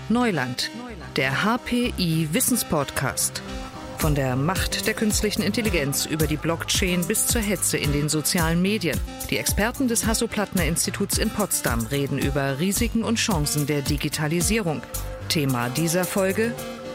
Neuland, der HPI Wissenspodcast. Von der Macht der künstlichen Intelligenz über die Blockchain bis zur Hetze in den sozialen Medien. Die Experten des Hasso-Plattner-Instituts in Potsdam reden über Risiken und Chancen der Digitalisierung. Thema dieser Folge: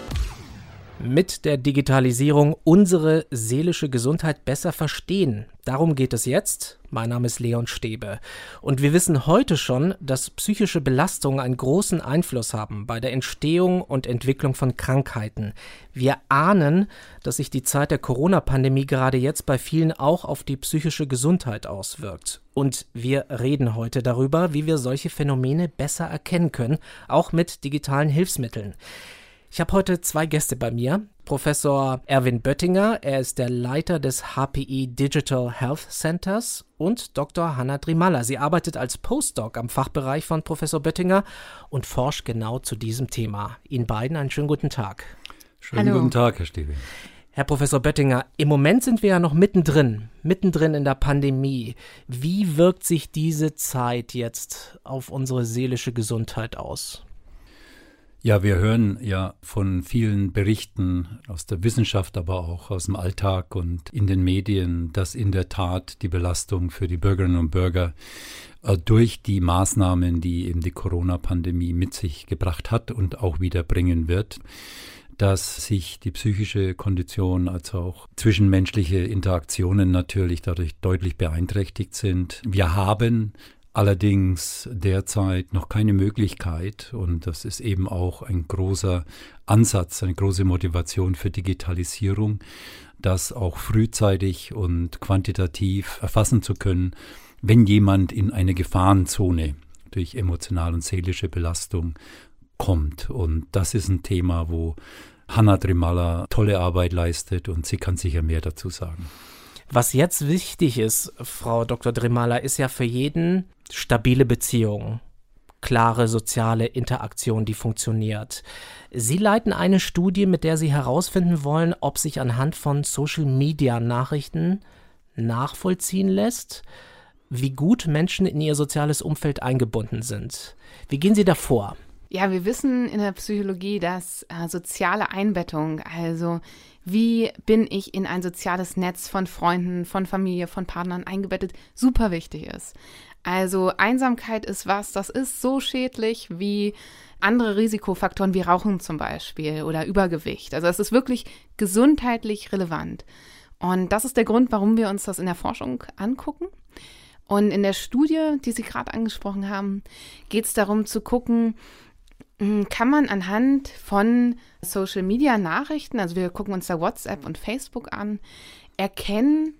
Mit der Digitalisierung unsere seelische Gesundheit besser verstehen. Darum geht es jetzt. Mein Name ist Leon Stäbe. Und wir wissen heute schon, dass psychische Belastungen einen großen Einfluss haben bei der Entstehung und Entwicklung von Krankheiten. Wir ahnen, dass sich die Zeit der Corona-Pandemie gerade jetzt bei vielen auch auf die psychische Gesundheit auswirkt. Und wir reden heute darüber, wie wir solche Phänomene besser erkennen können, auch mit digitalen Hilfsmitteln. Ich habe heute zwei Gäste bei mir. Professor Erwin Böttinger, er ist der Leiter des HPI Digital Health Centers, und Dr. Hanna Drimalla. Sie arbeitet als Postdoc am Fachbereich von Professor Böttinger und forscht genau zu diesem Thema. Ihnen beiden einen schönen guten Tag. Schönen guten Tag, Herr Stäbe. Herr Professor Böttinger, im Moment sind wir ja noch mittendrin in der Pandemie. Wie wirkt sich diese Zeit jetzt auf unsere seelische Gesundheit aus? Ja, wir hören ja von vielen Berichten aus der Wissenschaft, aber auch aus dem Alltag und in den Medien, dass in der Tat die Belastung für die Bürgerinnen und Bürger durch die Maßnahmen, die eben die Corona-Pandemie mit sich gebracht hat und auch wieder bringen wird, dass sich die psychische Kondition, als auch zwischenmenschliche Interaktionen natürlich dadurch deutlich beeinträchtigt sind. Wir haben allerdings derzeit noch keine Möglichkeit, und das ist eben auch ein großer Ansatz, eine große Motivation für Digitalisierung, das auch frühzeitig und quantitativ erfassen zu können, wenn jemand in eine Gefahrenzone durch emotionale und seelische Belastung kommt. Und das ist ein Thema, wo Hanna Drimalla tolle Arbeit leistet, und sie kann sicher mehr dazu sagen. Was jetzt wichtig ist, Frau Dr. Drimalla, ist ja für jeden stabile Beziehungen, klare soziale Interaktion, die funktioniert. Sie leiten eine Studie, mit der Sie herausfinden wollen, ob sich anhand von Social-Media-Nachrichten nachvollziehen lässt, wie gut Menschen in ihr soziales Umfeld eingebunden sind. Wie gehen Sie da vor? Ja, wir wissen in der Psychologie, dass soziale Einbettung, also wie bin ich in ein soziales Netz von Freunden, von Familie, von Partnern eingebettet, super wichtig ist. Also Einsamkeit ist das ist so schädlich wie andere Risikofaktoren wie Rauchen zum Beispiel oder Übergewicht. Also es ist wirklich gesundheitlich relevant. Und das ist der Grund, warum wir uns das in der Forschung angucken. Und in der Studie, die Sie gerade angesprochen haben, geht es darum zu gucken, kann man anhand von Social-Media-Nachrichten, also wir gucken uns da WhatsApp und Facebook an, erkennen,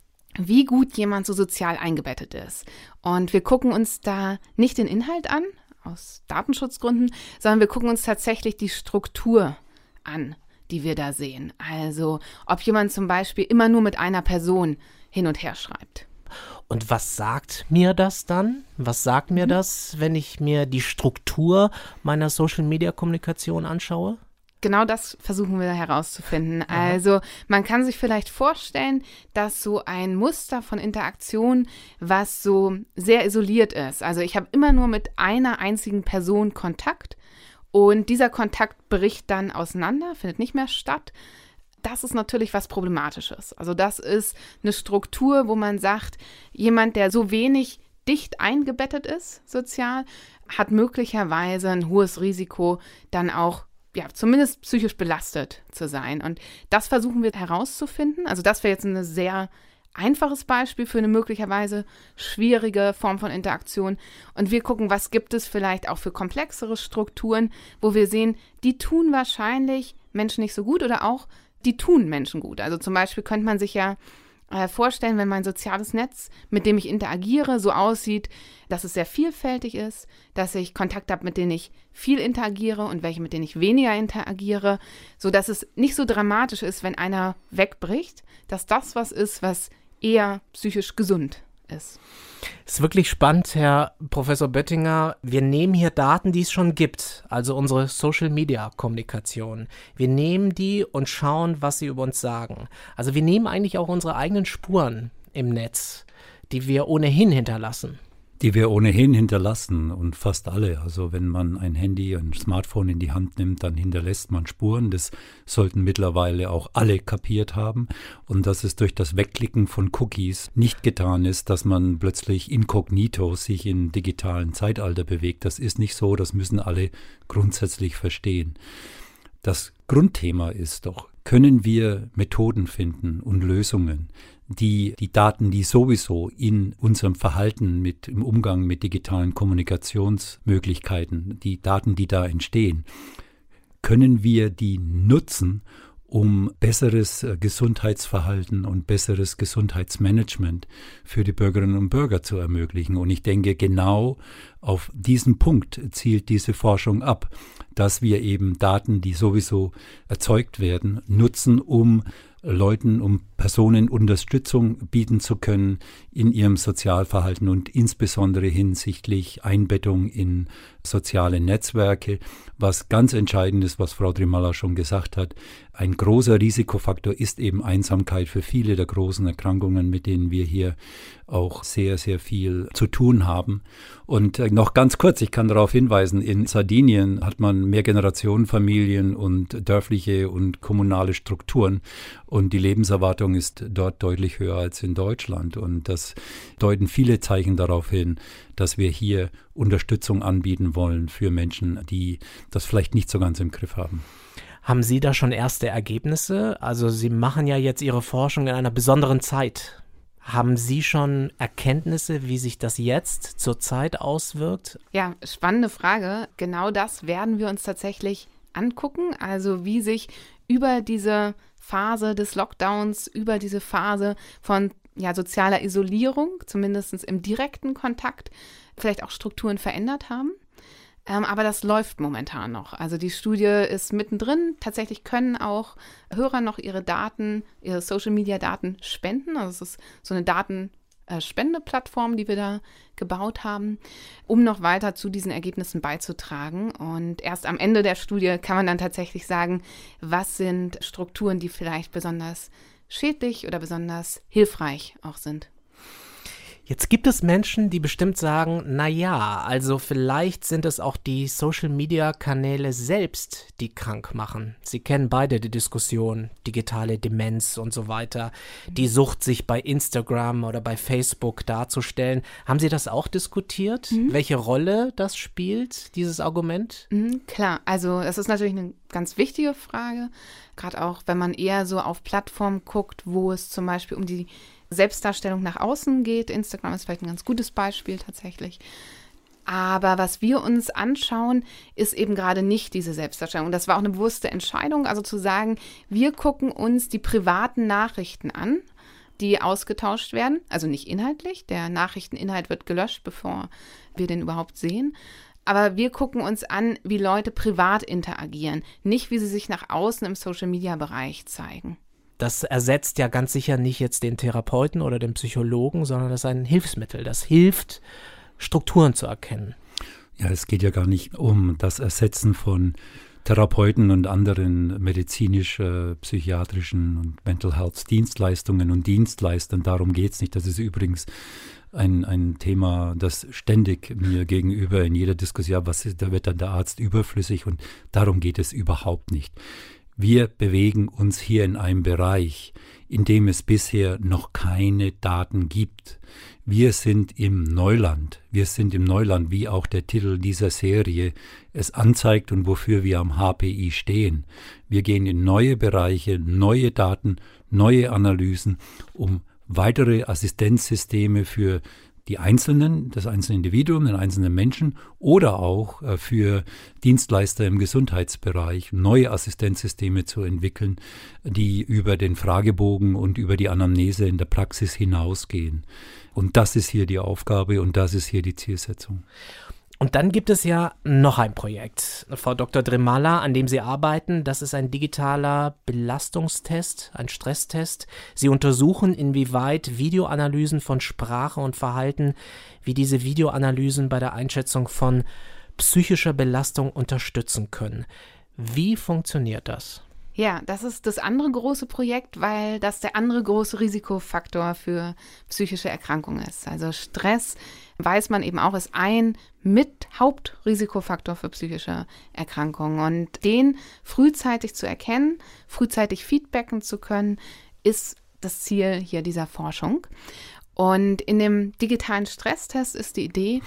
wie gut jemand so sozial eingebettet ist. Und wir gucken uns da nicht den Inhalt an, aus Datenschutzgründen, sondern wir gucken uns tatsächlich die Struktur an, die wir da sehen. Also ob jemand zum Beispiel immer nur mit einer Person hin und her schreibt. Und was sagt mir das dann? Was sagt mir das, wenn ich mir die Struktur meiner Social-Media-Kommunikation anschaue? Genau das versuchen wir herauszufinden. Aha. Also man kann sich vielleicht vorstellen, dass so ein Muster von Interaktion, was so sehr isoliert ist. Also ich habe immer nur mit einer einzigen Person Kontakt und dieser Kontakt bricht dann auseinander, findet nicht mehr statt. Das ist natürlich was Problematisches. Also das ist eine Struktur, wo man sagt, jemand, der so wenig dicht eingebettet ist sozial, hat möglicherweise ein hohes Risiko, dann auch zumindest psychisch belastet zu sein. Und das versuchen wir herauszufinden. Also das wäre jetzt ein sehr einfaches Beispiel für eine möglicherweise schwierige Form von Interaktion. Und wir gucken, was gibt es vielleicht auch für komplexere Strukturen, wo wir sehen, die tun wahrscheinlich Menschen nicht so gut oder auch die tun Menschen gut. Also zum Beispiel könnte man sich ja vorstellen, wenn mein soziales Netz, mit dem ich interagiere, so aussieht, dass es sehr vielfältig ist, dass ich Kontakte habe, mit denen ich viel interagiere und welche, mit denen ich weniger interagiere, sodass es nicht so dramatisch ist, wenn einer wegbricht, dass das was ist, was eher psychisch gesund ist. Es ist wirklich spannend, Herr Professor Böttinger. Wir nehmen hier Daten, die es schon gibt, also unsere Social-Media-Kommunikation. Wir nehmen die und schauen, was sie über uns sagen. Also wir nehmen eigentlich auch unsere eigenen Spuren im Netz, die wir ohnehin hinterlassen. Die wir ohnehin hinterlassen und fast alle. Also wenn man ein Handy, ein Smartphone in die Hand nimmt, dann hinterlässt man Spuren. Das sollten mittlerweile auch alle kapiert haben. Und dass es durch das Wegklicken von Cookies nicht getan ist, dass man plötzlich inkognito sich im digitalen Zeitalter bewegt. Das ist nicht so, das müssen alle grundsätzlich verstehen. Das Grundthema ist doch, können wir Methoden finden und Lösungen, die Daten, die sowieso in unserem Verhalten im Umgang mit digitalen Kommunikationsmöglichkeiten, die Daten, die da entstehen, können wir die nutzen, um besseres Gesundheitsverhalten und besseres Gesundheitsmanagement für die Bürgerinnen und Bürger zu ermöglichen. Und ich denke, genau auf diesen Punkt zielt diese Forschung ab, dass wir eben Daten, die sowieso erzeugt werden, nutzen, um Personen Unterstützung bieten zu können in ihrem Sozialverhalten und insbesondere hinsichtlich Einbettung in soziale Netzwerke, was ganz entscheidend ist, was Frau Drimalla schon gesagt hat. Ein großer Risikofaktor ist eben Einsamkeit für viele der großen Erkrankungen, mit denen wir hier auch sehr, sehr viel zu tun haben. Und noch ganz kurz, ich kann darauf hinweisen, in Sardinien hat man Mehrgenerationenfamilien und dörfliche und kommunale Strukturen und die Lebenserwartung ist dort deutlich höher als in Deutschland. Und das deuten viele Zeichen darauf hin, dass wir hier Unterstützung anbieten wollen für Menschen, die das vielleicht nicht so ganz im Griff haben. Haben Sie da schon erste Ergebnisse? Also Sie machen ja jetzt Ihre Forschung in einer besonderen Zeit. Haben Sie schon Erkenntnisse, wie sich das jetzt zurzeit auswirkt? Ja, spannende Frage. Genau das werden wir uns tatsächlich angucken. Also wie sich über diese Phase des Lockdowns, über diese Phase von sozialer Isolierung, zumindest im direkten Kontakt, vielleicht auch Strukturen verändert haben. Aber das läuft momentan noch. Also die Studie ist mittendrin. Tatsächlich können auch Hörer noch ihre Social-Media-Daten spenden. Also es ist so eine Datenspende-Plattform, die wir da gebaut haben, um noch weiter zu diesen Ergebnissen beizutragen. Und erst am Ende der Studie kann man dann tatsächlich sagen, was sind Strukturen, die vielleicht besonders schädlich oder besonders hilfreich auch sind. Jetzt gibt es Menschen, die bestimmt sagen, naja, also vielleicht sind es auch die Social-Media-Kanäle selbst, die krank machen. Sie kennen beide die Diskussion, digitale Demenz und so weiter, die Sucht, sich bei Instagram oder bei Facebook darzustellen. Haben Sie das auch diskutiert? Welche Rolle das spielt, dieses Argument? Klar, also das ist natürlich eine ganz wichtige Frage, gerade auch, wenn man eher so auf Plattformen guckt, wo es zum Beispiel um die Selbstdarstellung nach außen geht. Instagram ist vielleicht ein ganz gutes Beispiel tatsächlich. Aber was wir uns anschauen, ist eben gerade nicht diese Selbstdarstellung. Und das war auch eine bewusste Entscheidung, also zu sagen, wir gucken uns die privaten Nachrichten an, die ausgetauscht werden. Also nicht inhaltlich, der Nachrichteninhalt wird gelöscht, bevor wir den überhaupt sehen. Aber wir gucken uns an, wie Leute privat interagieren, nicht wie sie sich nach außen im Social-Media-Bereich zeigen. Das ersetzt ja ganz sicher nicht jetzt den Therapeuten oder den Psychologen, sondern das ist ein Hilfsmittel. Das hilft, Strukturen zu erkennen. Ja, es geht ja gar nicht um das Ersetzen von Therapeuten und anderen medizinisch-psychiatrischen und Mental Health Dienstleistungen und Dienstleistern. Darum geht es nicht. Das ist übrigens ein Thema, das ständig mir gegenüber in jeder Diskussion, da wird dann der Arzt überflüssig und darum geht es überhaupt nicht. Wir bewegen uns hier in einem Bereich, in dem es bisher noch keine Daten gibt. Wir sind im Neuland. Wir sind im Neuland, wie auch der Titel dieser Serie es anzeigt und wofür wir am HPI stehen. Wir gehen in neue Bereiche, neue Daten, neue Analysen, um weitere Assistenzsysteme für das einzelne Individuum, den einzelnen Menschen oder auch für Dienstleister im Gesundheitsbereich neue Assistenzsysteme zu entwickeln, die über den Fragebogen und über die Anamnese in der Praxis hinausgehen. Und das ist hier die Aufgabe und das ist hier die Zielsetzung. Und dann gibt es ja noch ein Projekt, Frau Dr. Drimalla, an dem Sie arbeiten. Das ist ein digitaler Belastungstest, ein Stresstest. Sie untersuchen, inwieweit Videoanalysen von Sprache und Verhalten, wie diese Videoanalysen bei der Einschätzung von psychischer Belastung unterstützen können. Wie funktioniert das? Ja, das ist das andere große Projekt, weil das der andere große Risikofaktor für psychische Erkrankungen ist. Also Stress, weiß man eben auch, ist ein Hauptrisikofaktor für psychische Erkrankungen. Und den frühzeitig zu erkennen, frühzeitig feedbacken zu können, ist das Ziel hier dieser Forschung. Und in dem digitalen Stresstest ist die Idee,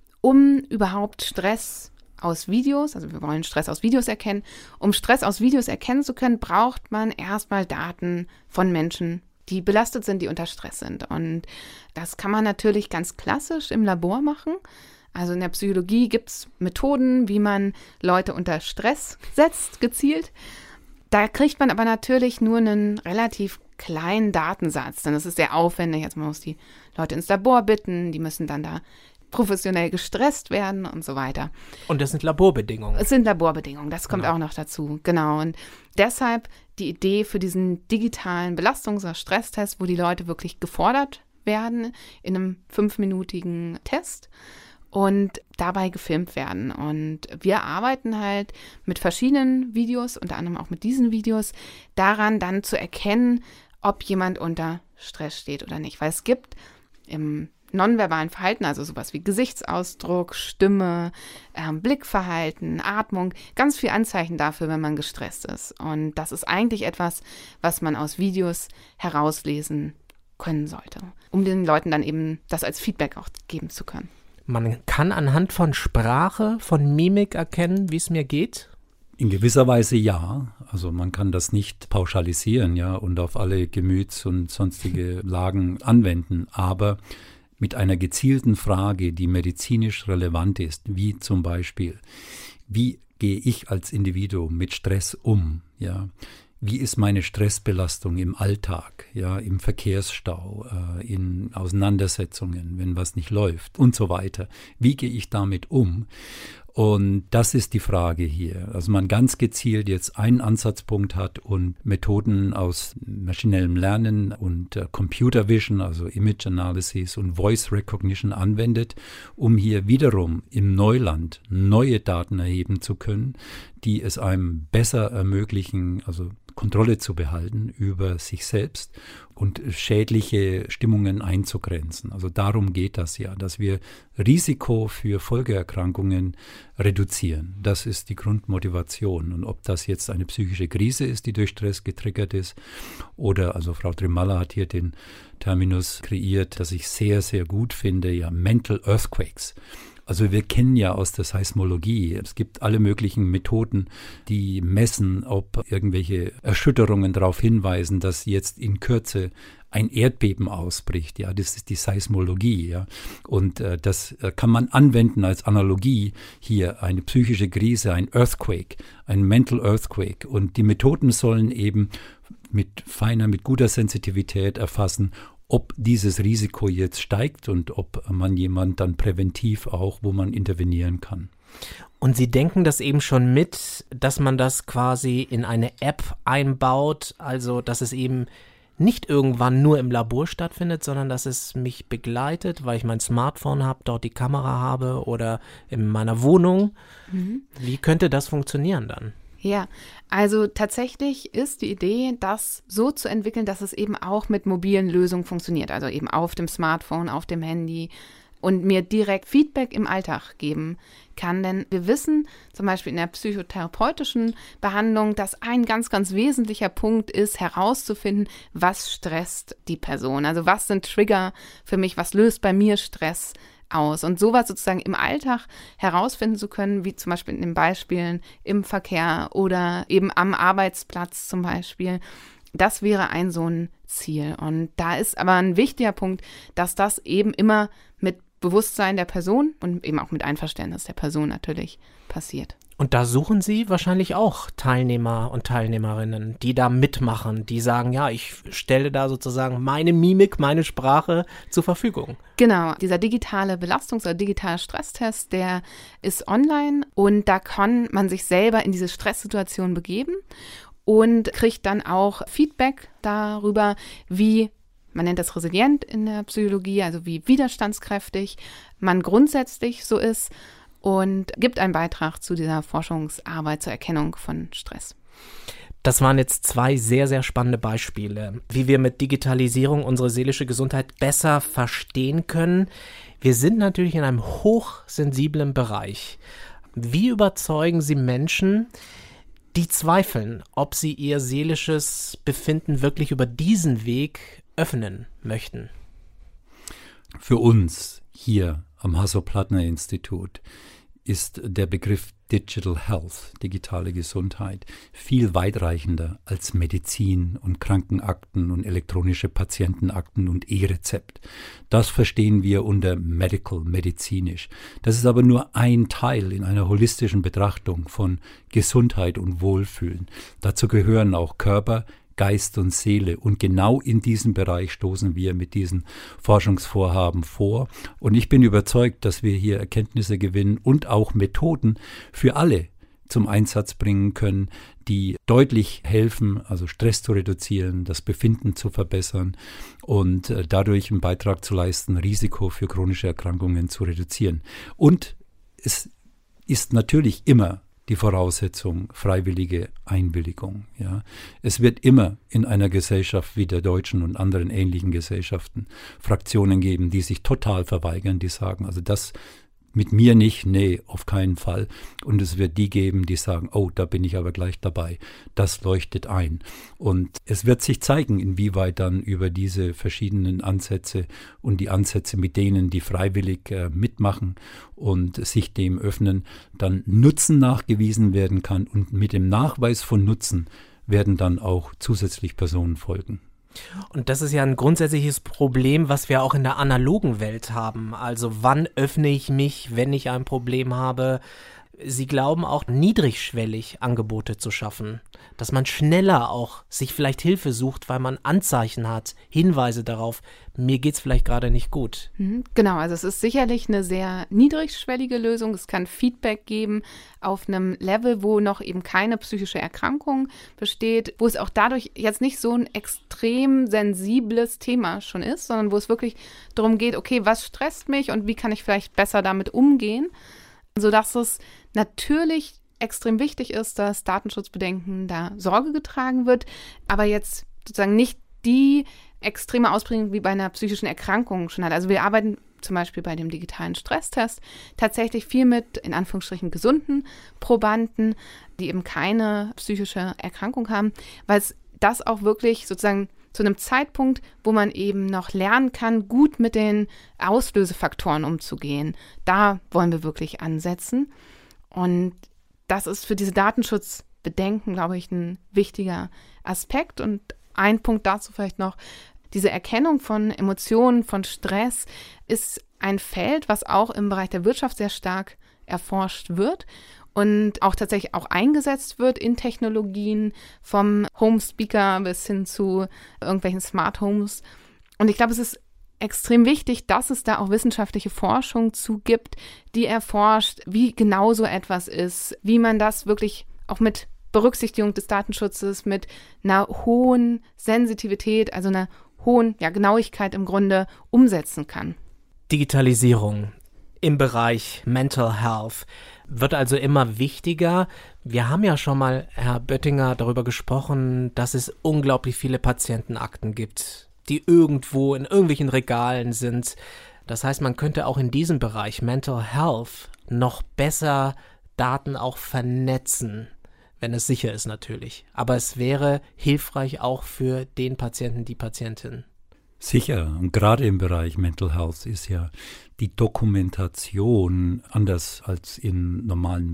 um überhaupt Stress aus Videos, also wir wollen Stress aus Videos erkennen. Um Stress aus Videos erkennen zu können, braucht man erstmal Daten von Menschen, die belastet sind, die unter Stress sind. Und das kann man natürlich ganz klassisch im Labor machen. Also in der Psychologie gibt es Methoden, wie man Leute unter Stress setzt, gezielt. Da kriegt man aber natürlich nur einen relativ kleinen Datensatz, denn das ist sehr aufwendig. Also man muss die Leute ins Labor bitten, die müssen dann da professionell gestresst werden und so weiter. Und das sind Laborbedingungen. Es sind Laborbedingungen, das kommt auch noch dazu, genau. Und deshalb die Idee für diesen digitalen Belastungs- oder Stresstest, wo die Leute wirklich gefordert werden in einem 5-minütigen Test und dabei gefilmt werden. Und wir arbeiten halt mit verschiedenen Videos, unter anderem auch mit diesen Videos, daran dann zu erkennen, ob jemand unter Stress steht oder nicht. Weil es gibt im nonverbalen Verhalten, also sowas wie Gesichtsausdruck, Stimme, Blickverhalten, Atmung, ganz viel Anzeichen dafür, wenn man gestresst ist. Und das ist eigentlich etwas, was man aus Videos herauslesen können sollte, um den Leuten dann eben das als Feedback auch geben zu können. Man kann anhand von Sprache, von Mimik erkennen, wie es mir geht? In gewisser Weise ja. Also man kann das nicht pauschalisieren, ja, und auf alle Gemüts- und sonstige Lagen anwenden, aber mit einer gezielten Frage, die medizinisch relevant ist, wie zum Beispiel, wie gehe ich als Individuum mit Stress um, ja? Wie ist meine Stressbelastung im Alltag, ja, im Verkehrsstau, in Auseinandersetzungen, wenn was nicht läuft und so weiter. Wie gehe ich damit um? Und das ist die Frage hier. Also man ganz gezielt jetzt einen Ansatzpunkt hat und Methoden aus maschinellem Lernen und Computer Vision, also Image Analysis und Voice Recognition anwendet, um hier wiederum im Neuland neue Daten erheben zu können, die es einem besser ermöglichen, also Kontrolle zu behalten über sich selbst und schädliche Stimmungen einzugrenzen. Also darum geht das ja, dass wir Risiko für Folgeerkrankungen reduzieren. Das ist die Grundmotivation. Und ob das jetzt eine psychische Krise ist, die durch Stress getriggert ist, oder, also Frau Tremalla hat hier den Terminus kreiert, das ich sehr, sehr gut finde, ja, Mental Earthquakes. Also wir kennen ja aus der Seismologie, es gibt alle möglichen Methoden, die messen, ob irgendwelche Erschütterungen darauf hinweisen, dass jetzt in Kürze ein Erdbeben ausbricht. Ja, das ist die Seismologie. Ja, und das kann man anwenden als Analogie hier, eine psychische Krise, ein Earthquake, ein Mental Earthquake. Und die Methoden sollen eben mit guter Sensitivität erfassen, ob dieses Risiko jetzt steigt und ob man jemand dann präventiv auch, wo man intervenieren kann. Und Sie denken das eben schon mit, dass man das quasi in eine App einbaut, also dass es eben nicht irgendwann nur im Labor stattfindet, sondern dass es mich begleitet, weil ich mein Smartphone habe, dort die Kamera habe oder in meiner Wohnung. Wie könnte das funktionieren dann? Ja, also tatsächlich ist die Idee, das so zu entwickeln, dass es eben auch mit mobilen Lösungen funktioniert, also eben auf dem Smartphone, auf dem Handy und mir direkt Feedback im Alltag geben kann. Denn wir wissen zum Beispiel in der psychotherapeutischen Behandlung, dass ein ganz, ganz wesentlicher Punkt ist, herauszufinden, was stresst die Person. Also was sind Trigger für mich, was löst bei mir Stress aus. Und sowas sozusagen im Alltag herausfinden zu können, wie zum Beispiel in den Beispielen im Verkehr oder eben am Arbeitsplatz zum Beispiel, das wäre so ein Ziel. Und da ist aber ein wichtiger Punkt, dass das eben immer mit Bewusstsein der Person und eben auch mit Einverständnis der Person natürlich passiert. Und da suchen Sie wahrscheinlich auch Teilnehmer und Teilnehmerinnen, die da mitmachen, die sagen, ja, ich stelle da sozusagen meine Mimik, meine Sprache zur Verfügung. Genau, dieser digitale Belastungs- oder digitale Stresstest, der ist online und da kann man sich selber in diese Stresssituation begeben und kriegt dann auch Feedback darüber, wie, man nennt das resilient in der Psychologie, also wie widerstandskräftig man grundsätzlich so ist, und gibt einen Beitrag zu dieser Forschungsarbeit zur Erkennung von Stress. Das waren jetzt 2 sehr, sehr spannende Beispiele, wie wir mit Digitalisierung unsere seelische Gesundheit besser verstehen können. Wir sind natürlich in einem hochsensiblen Bereich. Wie überzeugen Sie Menschen, die zweifeln, ob sie ihr seelisches Befinden wirklich über diesen Weg öffnen möchten? Für uns hier am Hasso-Plattner-Institut ist der Begriff Digital Health, digitale Gesundheit, viel weitreichender als Medizin und Krankenakten und elektronische Patientenakten und E-Rezept. Das verstehen wir unter Medical, medizinisch. Das ist aber nur ein Teil in einer holistischen Betrachtung von Gesundheit und Wohlfühlen. Dazu gehören auch Körper, Geist und Seele. Und genau in diesem Bereich stoßen wir mit diesen Forschungsvorhaben vor. Und ich bin überzeugt, dass wir hier Erkenntnisse gewinnen und auch Methoden für alle zum Einsatz bringen können, die deutlich helfen, also Stress zu reduzieren, das Befinden zu verbessern und dadurch einen Beitrag zu leisten, Risiko für chronische Erkrankungen zu reduzieren. Und es ist natürlich immer die Voraussetzung freiwillige Einwilligung. Ja. Es wird immer in einer Gesellschaft wie der deutschen und anderen ähnlichen Gesellschaften Fraktionen geben, die sich total verweigern, die sagen, also das mit mir nicht, nee, auf keinen Fall. Und es wird die geben, die sagen, oh, da bin ich aber gleich dabei. Das leuchtet ein. Und es wird sich zeigen, inwieweit dann über diese verschiedenen Ansätze und die Ansätze mit denen, die freiwillig mitmachen und sich dem öffnen, dann Nutzen nachgewiesen werden kann. Und mit dem Nachweis von Nutzen werden dann auch zusätzlich Personen folgen. Und das ist ja ein grundsätzliches Problem, was wir auch in der analogen Welt haben. Also wann öffne ich mich, wenn ich ein Problem habe? Sie glauben auch niedrigschwellig Angebote zu schaffen, dass man schneller auch sich vielleicht Hilfe sucht, weil man Anzeichen hat, Hinweise darauf, mir geht's vielleicht gerade nicht gut. Genau, also es ist sicherlich eine sehr niedrigschwellige Lösung. Es kann Feedback geben auf einem Level, wo noch eben keine psychische Erkrankung besteht, wo es auch dadurch jetzt nicht so ein extrem sensibles Thema schon ist, sondern wo es wirklich darum geht, okay, was stresst mich und wie kann ich vielleicht besser damit umgehen, sodass es natürlich extrem wichtig ist, dass Datenschutzbedenken da Sorge getragen wird, aber jetzt sozusagen nicht die extreme Ausprägung wie bei einer psychischen Erkrankung schon hat. Also wir arbeiten zum Beispiel bei dem digitalen Stresstest tatsächlich viel mit, in Anführungsstrichen, gesunden Probanden, die eben keine psychische Erkrankung haben, weil es das auch wirklich sozusagen zu einem Zeitpunkt, wo man eben noch lernen kann, gut mit den Auslösefaktoren umzugehen. Da wollen wir wirklich ansetzen. Und das ist für diese Datenschutzbedenken, glaube ich, ein wichtiger Aspekt. Und ein Punkt dazu vielleicht noch, diese Erkennung von Emotionen, von Stress ist ein Feld, was auch im Bereich der Wirtschaft sehr stark erforscht wird und auch tatsächlich auch eingesetzt wird in Technologien, vom Home-Speaker bis hin zu irgendwelchen Smart Homes. Und ich glaube, es ist extrem wichtig, dass es da auch wissenschaftliche Forschung zu gibt, die erforscht, wie genau so etwas ist, wie man das wirklich auch mit Berücksichtigung des Datenschutzes, mit einer hohen Sensitivität, also einer hohen Genauigkeit im Grunde umsetzen kann. Digitalisierung im Bereich Mental Health wird also immer wichtiger. Wir haben ja schon mal, Herr Böttinger, darüber gesprochen, dass es unglaublich viele Patientenakten gibt, die irgendwo in irgendwelchen Regalen sind. Das heißt, man könnte auch in diesem Bereich Mental Health noch besser Daten auch vernetzen, wenn es sicher ist natürlich. Aber es wäre hilfreich auch für den Patienten, die Patientin. Sicher, und gerade im Bereich Mental Health ist ja die Dokumentation anders als in normalen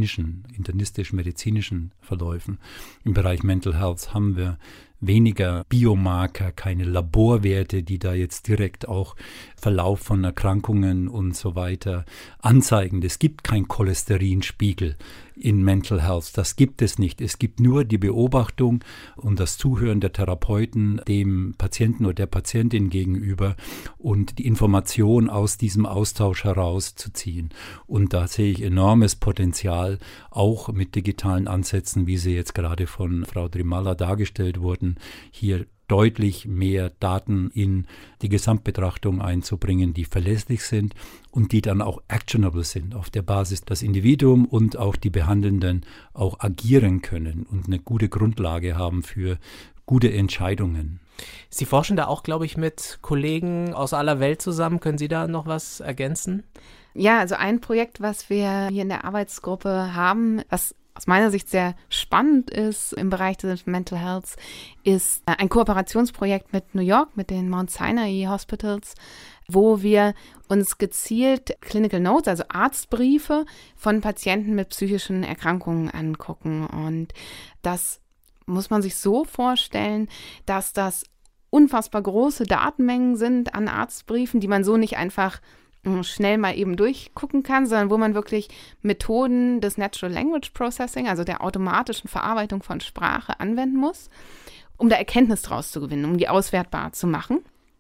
internistisch-medizinischen Verläufen. Im Bereich Mental Health haben wir weniger Biomarker, keine Laborwerte, die da jetzt direkt auch Verlauf von Erkrankungen und so weiter anzeigen. Es gibt keinen Cholesterinspiegel in Mental Health. Das gibt es nicht. Es gibt nur die Beobachtung und das Zuhören der Therapeuten dem Patienten oder der Patientin gegenüber und die Information aus diesem Austausch herauszuziehen. Und da sehe ich enormes Potenzial, auch mit digitalen Ansätzen, wie sie jetzt gerade von Frau Drimalla dargestellt wurden, hier deutlich mehr Daten in die Gesamtbetrachtung einzubringen, die verlässlich sind und die dann auch actionable sind, auf der Basis das Individuum und auch die Behandelnden auch agieren können und eine gute Grundlage haben für gute Entscheidungen. Sie forschen da auch, glaube ich, mit Kollegen aus aller Welt zusammen. Können Sie da noch was ergänzen? Ja, also ein Projekt, was wir hier in der Arbeitsgruppe haben, was aus meiner Sicht sehr spannend ist im Bereich des Mental Health, ist ein Kooperationsprojekt mit New York, mit den Mount Sinai Hospitals, wo wir uns gezielt Clinical Notes, also Arztbriefe von Patienten mit psychischen Erkrankungen angucken. Und das muss man sich so vorstellen, dass das unfassbar große Datenmengen sind an Arztbriefen, die man so nicht einfach schnell mal eben durchgucken kann, sondern wo man wirklich Methoden des Natural Language Processing, also der automatischen Verarbeitung von Sprache, anwenden muss, um da Erkenntnis draus zu gewinnen, um die auswertbar zu machen.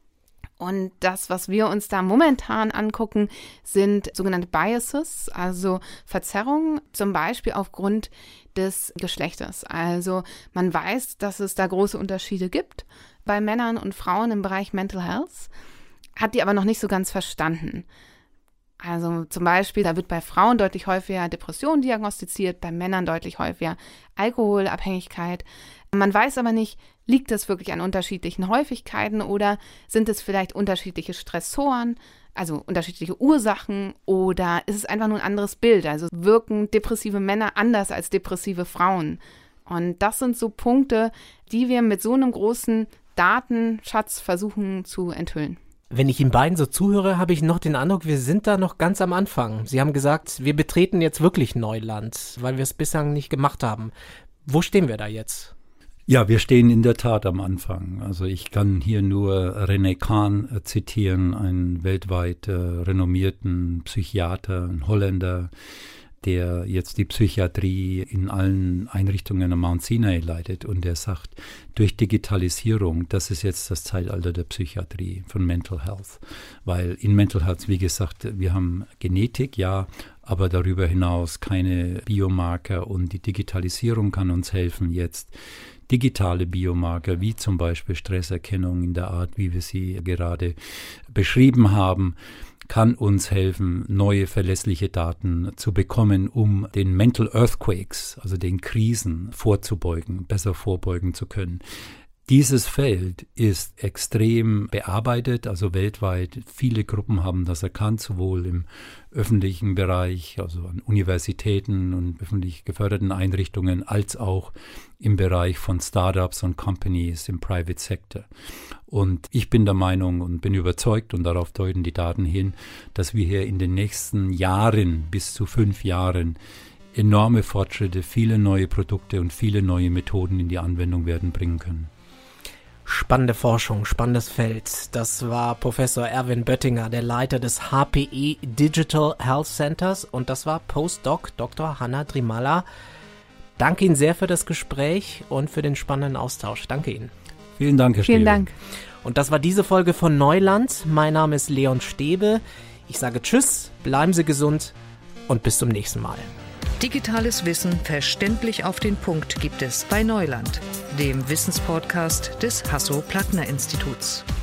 Und das, was wir uns da momentan angucken, sind sogenannte Biases, also Verzerrungen, zum Beispiel aufgrund des Geschlechtes. Also man weiß, dass es da große Unterschiede gibt bei Männern und Frauen im Bereich Mental Health, hat die aber noch nicht so ganz verstanden. Also zum Beispiel, da wird bei Frauen deutlich häufiger Depression diagnostiziert, bei Männern deutlich häufiger Alkoholabhängigkeit. Man weiß aber nicht, liegt das wirklich an unterschiedlichen Häufigkeiten oder sind es vielleicht unterschiedliche Stressoren, also unterschiedliche Ursachen, oder ist es einfach nur ein anderes Bild? Also wirken depressive Männer anders als depressive Frauen? Und das sind so Punkte, die wir mit so einem großen Datenschatz versuchen zu enthüllen. Wenn ich Ihnen beiden so zuhöre, habe ich noch den Eindruck, wir sind da noch ganz am Anfang. Sie haben gesagt, wir betreten jetzt wirklich Neuland, weil wir es bislang nicht gemacht haben. Wo stehen wir da jetzt? Ja, wir stehen in der Tat am Anfang. Also ich kann hier nur René Kahn zitieren, einen weltweit renommierten Psychiater, ein Holländer, der jetzt die Psychiatrie in allen Einrichtungen am Mount Sinai leitet. Und der sagt, durch Digitalisierung, das ist jetzt das Zeitalter der Psychiatrie, von Mental Health. Weil in Mental Health, wie gesagt, wir haben Genetik, ja, aber darüber hinaus keine Biomarker. Und die Digitalisierung kann uns helfen, jetzt digitale Biomarker, wie zum Beispiel Stresserkennung in der Art, wie wir sie gerade beschrieben haben, kann uns helfen, neue verlässliche Daten zu bekommen, um den Mental Earthquakes, also den Krisen vorzubeugen, besser vorbeugen zu können. Dieses Feld ist extrem bearbeitet, also weltweit. Viele Gruppen haben das erkannt, sowohl im öffentlichen Bereich, also an Universitäten und öffentlich geförderten Einrichtungen, als auch im Bereich von Startups und Companies im Private Sector. Und ich bin der Meinung und bin überzeugt, und darauf deuten die Daten hin, dass wir hier in den nächsten Jahren, bis zu 5 Jahren, enorme Fortschritte, viele neue Produkte und viele neue Methoden in die Anwendung werden bringen können. Spannende Forschung, spannendes Feld. Das war Professor Erwin Böttinger, der Leiter des HPE Digital Health Centers, und das war Postdoc Dr. Hanna Drimalla. Danke Ihnen sehr für das Gespräch und für den spannenden Austausch. Danke Ihnen. Vielen Dank, Herr Stäbe. Vielen Dank. Und das war diese Folge von Neuland. Mein Name ist Leon Stäbe. Ich sage Tschüss, bleiben Sie gesund und bis zum nächsten Mal. Digitales Wissen verständlich auf den Punkt gibt es bei Neuland, dem Wissenspodcast des Hasso-Plattner-Instituts.